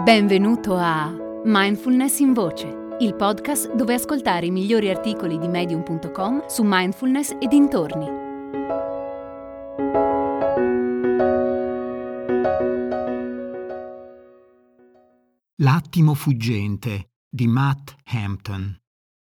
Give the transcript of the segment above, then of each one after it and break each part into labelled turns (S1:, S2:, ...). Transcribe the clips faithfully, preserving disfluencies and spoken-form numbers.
S1: Benvenuto a Mindfulness in Voce, il podcast dove ascoltare i migliori articoli di medium punto com su mindfulness e dintorni.
S2: L'attimo fuggente di Matt Hampton.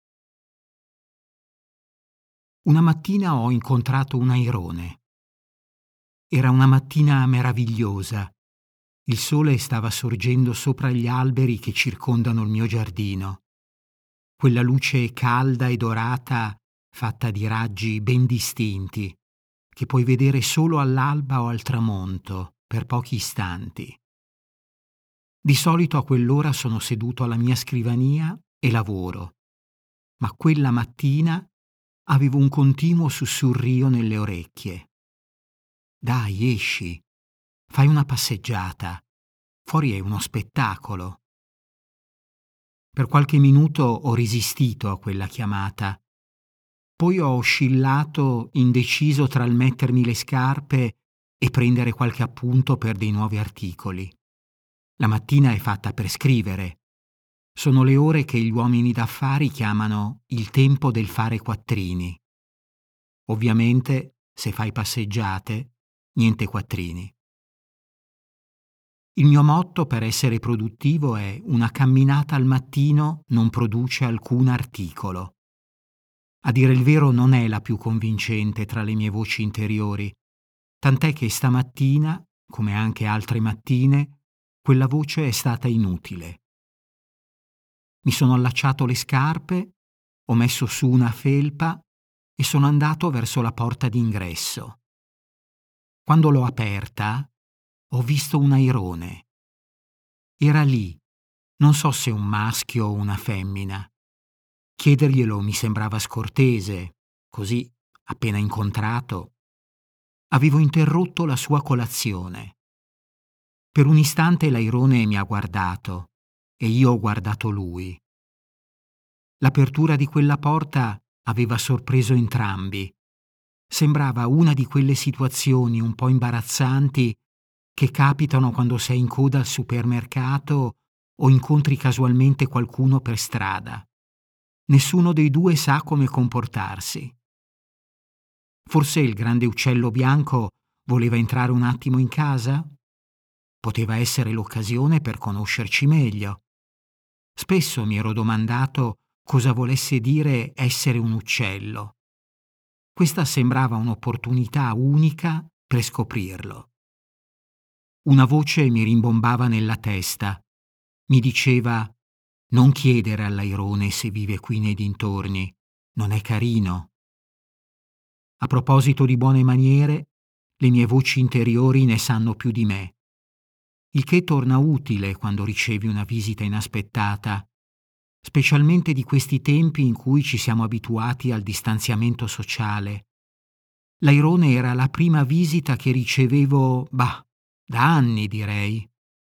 S2: Una mattina ho incontrato un airone. Era una mattina meravigliosa. Il sole stava sorgendo sopra gli alberi che circondano il mio giardino. Quella luce calda e dorata, fatta di raggi ben distinti, che puoi vedere solo all'alba o al tramonto, per pochi istanti. Di solito a quell'ora sono seduto alla mia scrivania e lavoro, ma quella mattina avevo un continuo sussurrio nelle orecchie. Dai, esci. Fai una passeggiata. Fuori è uno spettacolo. Per qualche minuto ho resistito a quella chiamata. Poi ho oscillato indeciso tra il mettermi le scarpe e prendere qualche appunto per dei nuovi articoli. La mattina è fatta per scrivere. Sono le ore che gli uomini d'affari chiamano il tempo del fare quattrini. Ovviamente, se fai passeggiate, niente quattrini. Il mio motto per essere produttivo è: una camminata al mattino non produce alcun articolo. A dire il vero non è la più convincente tra le mie voci interiori, tant'è che stamattina, come anche altre mattine, quella voce è stata inutile. Mi sono allacciato le scarpe, ho messo su una felpa e sono andato verso la porta d'ingresso. Quando l'ho aperta, ho visto un airone. Era lì, non so se un maschio o una femmina. Chiederglielo mi sembrava scortese, così, appena incontrato, avevo interrotto la sua colazione. Per un istante l'airone mi ha guardato e io ho guardato lui. L'apertura di quella porta aveva sorpreso entrambi. Sembrava una di quelle situazioni un po' imbarazzanti che capitano quando sei in coda al supermercato o incontri casualmente qualcuno per strada. Nessuno dei due sa come comportarsi. Forse il grande uccello bianco voleva entrare un attimo in casa? Poteva essere l'occasione per conoscerci meglio. Spesso mi ero domandato cosa volesse dire essere un uccello. Questa sembrava un'opportunità unica per scoprirlo. Una voce mi rimbombava nella testa. Mi diceva: non chiedere all'airone se vive qui nei dintorni, non è carino. A proposito di buone maniere, le mie voci interiori ne sanno più di me. Il che torna utile quando ricevi una visita inaspettata, specialmente di questi tempi in cui ci siamo abituati al distanziamento sociale. L'airone era la prima visita che ricevevo, bah, da anni direi.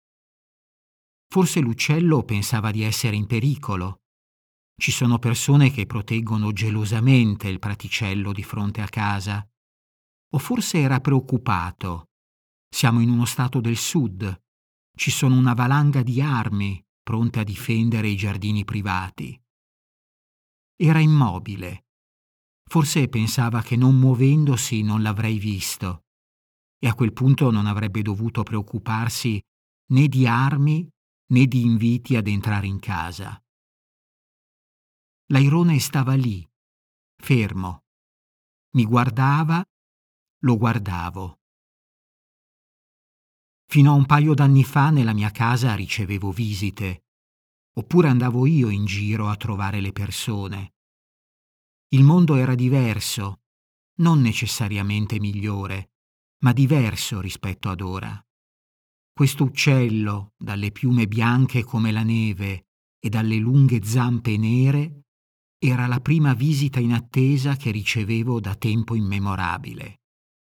S2: Forse l'uccello pensava di essere in pericolo. Ci sono persone che proteggono gelosamente il praticello di fronte a casa. O forse era preoccupato. Siamo in uno stato del sud. Ci sono una valanga di armi pronte a difendere i giardini privati. Era immobile. Forse pensava che non muovendosi non l'avrei visto. E a quel punto non avrebbe dovuto preoccuparsi né di armi né di inviti ad entrare in casa. L'airone stava lì, fermo. Mi guardava, lo guardavo. Fino a un paio d'anni fa nella mia casa ricevevo visite, oppure andavo io in giro a trovare le persone. Il mondo era diverso, non necessariamente migliore, ma diverso rispetto ad ora. Questo uccello, dalle piume bianche come la neve e dalle lunghe zampe nere, era la prima visita inattesa che ricevevo da tempo immemorabile.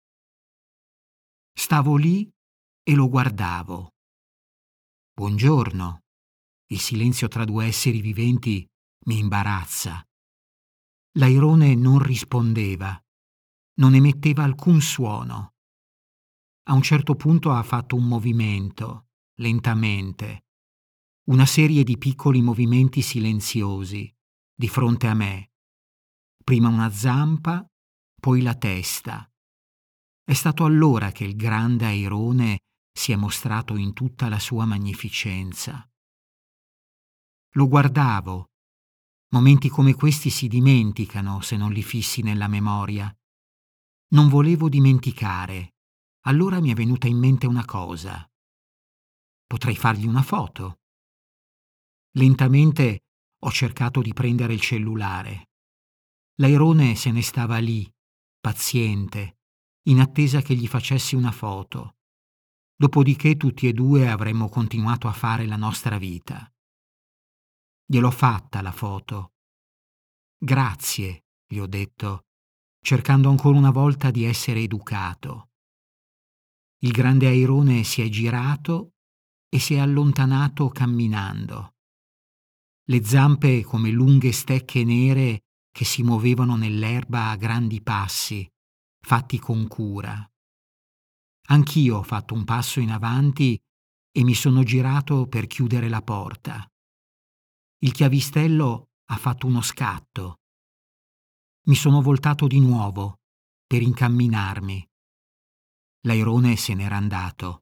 S2: Stavo lì e lo guardavo. Buongiorno. Il silenzio tra due esseri viventi mi imbarazza. L'airone non rispondeva, non emetteva alcun suono. A un certo punto ha fatto un movimento, lentamente, una serie di piccoli movimenti silenziosi di fronte a me. Prima una zampa, poi la testa. È stato allora che il grande airone si è mostrato in tutta la sua magnificenza. Lo guardavo. Momenti come questi si dimenticano se non li fissi nella memoria. Non volevo dimenticare. Allora mi è venuta in mente una cosa. Potrei fargli una foto. Lentamente ho cercato di prendere il cellulare. L'airone se ne stava lì, paziente, in attesa che gli facessi una foto. Dopodiché tutti e due avremmo continuato a fare la nostra vita. Gliel'ho fatta la foto. Grazie, gli ho detto, cercando ancora una volta di essere educato. Il grande airone si è girato e si è allontanato camminando. Le zampe come lunghe stecche nere che si muovevano nell'erba a grandi passi, fatti con cura. Anch'io ho fatto un passo in avanti e mi sono girato per chiudere la porta. Il chiavistello ha fatto uno scatto. Mi sono voltato di nuovo per incamminarmi. L'airone se n'era andato.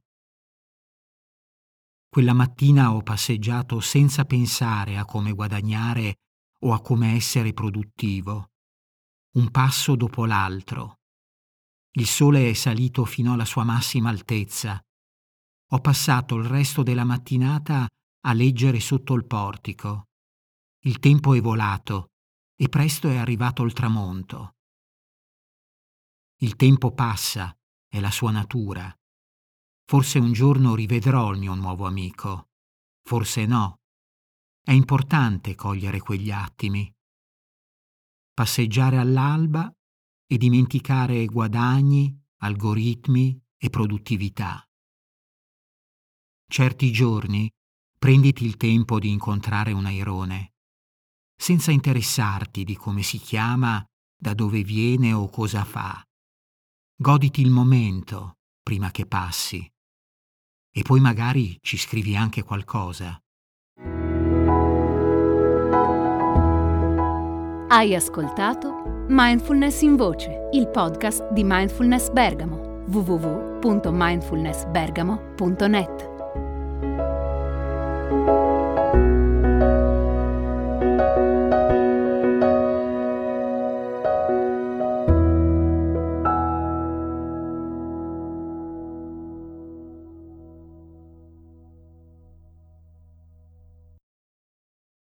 S2: Quella mattina ho passeggiato senza pensare a come guadagnare o a come essere produttivo. Un passo dopo l'altro. Il sole è salito fino alla sua massima altezza. Ho passato il resto della mattinata a leggere sotto il portico. Il tempo è volato e presto è arrivato il tramonto. Il tempo passa, è la sua natura. Forse un giorno rivedrò il mio nuovo amico. Forse no. È importante cogliere quegli attimi. Passeggiare all'alba e dimenticare guadagni, algoritmi e produttività. Certi giorni prenditi il tempo di incontrare un airone, senza interessarti di come si chiama, da dove viene o cosa fa. Goditi il momento prima che passi. E poi magari ci scrivi anche qualcosa.
S1: Hai ascoltato Mindfulness in Voce, il podcast di Mindfulness Bergamo, w w w punto mindfulness bergamo punto net.